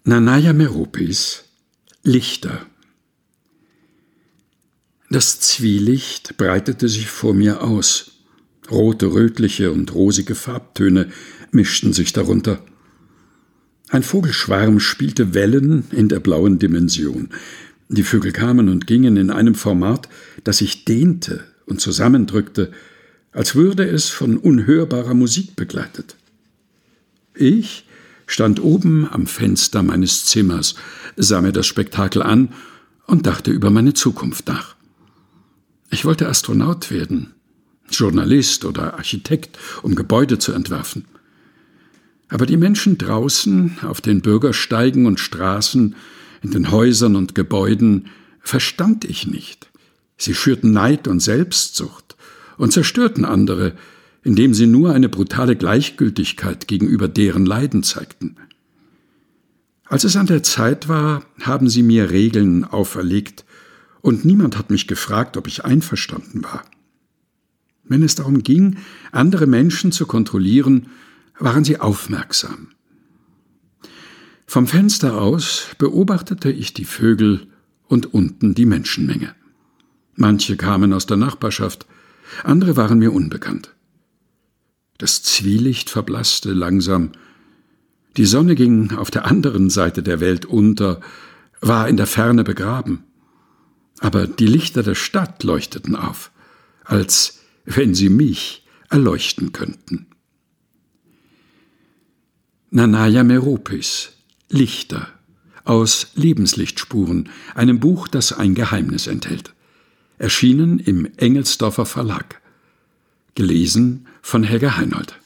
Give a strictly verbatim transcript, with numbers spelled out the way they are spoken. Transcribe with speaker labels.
Speaker 1: Nanaya Meropis Lichter. Das Zwielicht breitete sich vor mir aus. Rote, rötliche und rosige Farbtöne mischten sich darunter. Ein Vogelschwarm spielte Wellen in der blauen Dimension. Die Vögel kamen und gingen in einem Format, das sich dehnte und zusammendrückte, als würde es von unhörbarer Musik begleitet. Ich stand oben am Fenster meines Zimmers, sah mir das Spektakel an und dachte über meine Zukunft nach. Ich wollte Astronaut werden, Journalist oder Architekt, um Gebäude zu entwerfen. Aber die Menschen draußen, auf den Bürgersteigen und Straßen, in den Häusern und Gebäuden, verstand ich nicht. Sie schürten Neid und Selbstsucht und zerstörten andere, indem sie nur eine brutale Gleichgültigkeit gegenüber deren Leiden zeigten. Als es an der Zeit war, haben sie mir Regeln auferlegt, und niemand hat mich gefragt, ob ich einverstanden war. Wenn es darum ging, andere Menschen zu kontrollieren, waren sie aufmerksam. Vom Fenster aus beobachtete ich die Vögel und unten die Menschenmenge. Manche kamen aus der Nachbarschaft, andere waren mir unbekannt. Das Zwielicht verblasste langsam. Die Sonne ging auf der anderen Seite der Welt unter, war in der Ferne begraben. Aber die Lichter der Stadt leuchteten auf, als wenn sie mich erleuchten könnten. Nanaya Meropis Lichter aus Lebenslichtspuren, einem Buch, das ein Geheimnis enthält. Erschienen im Engelsdorfer Verlag. Gelesen von Helga Heinold.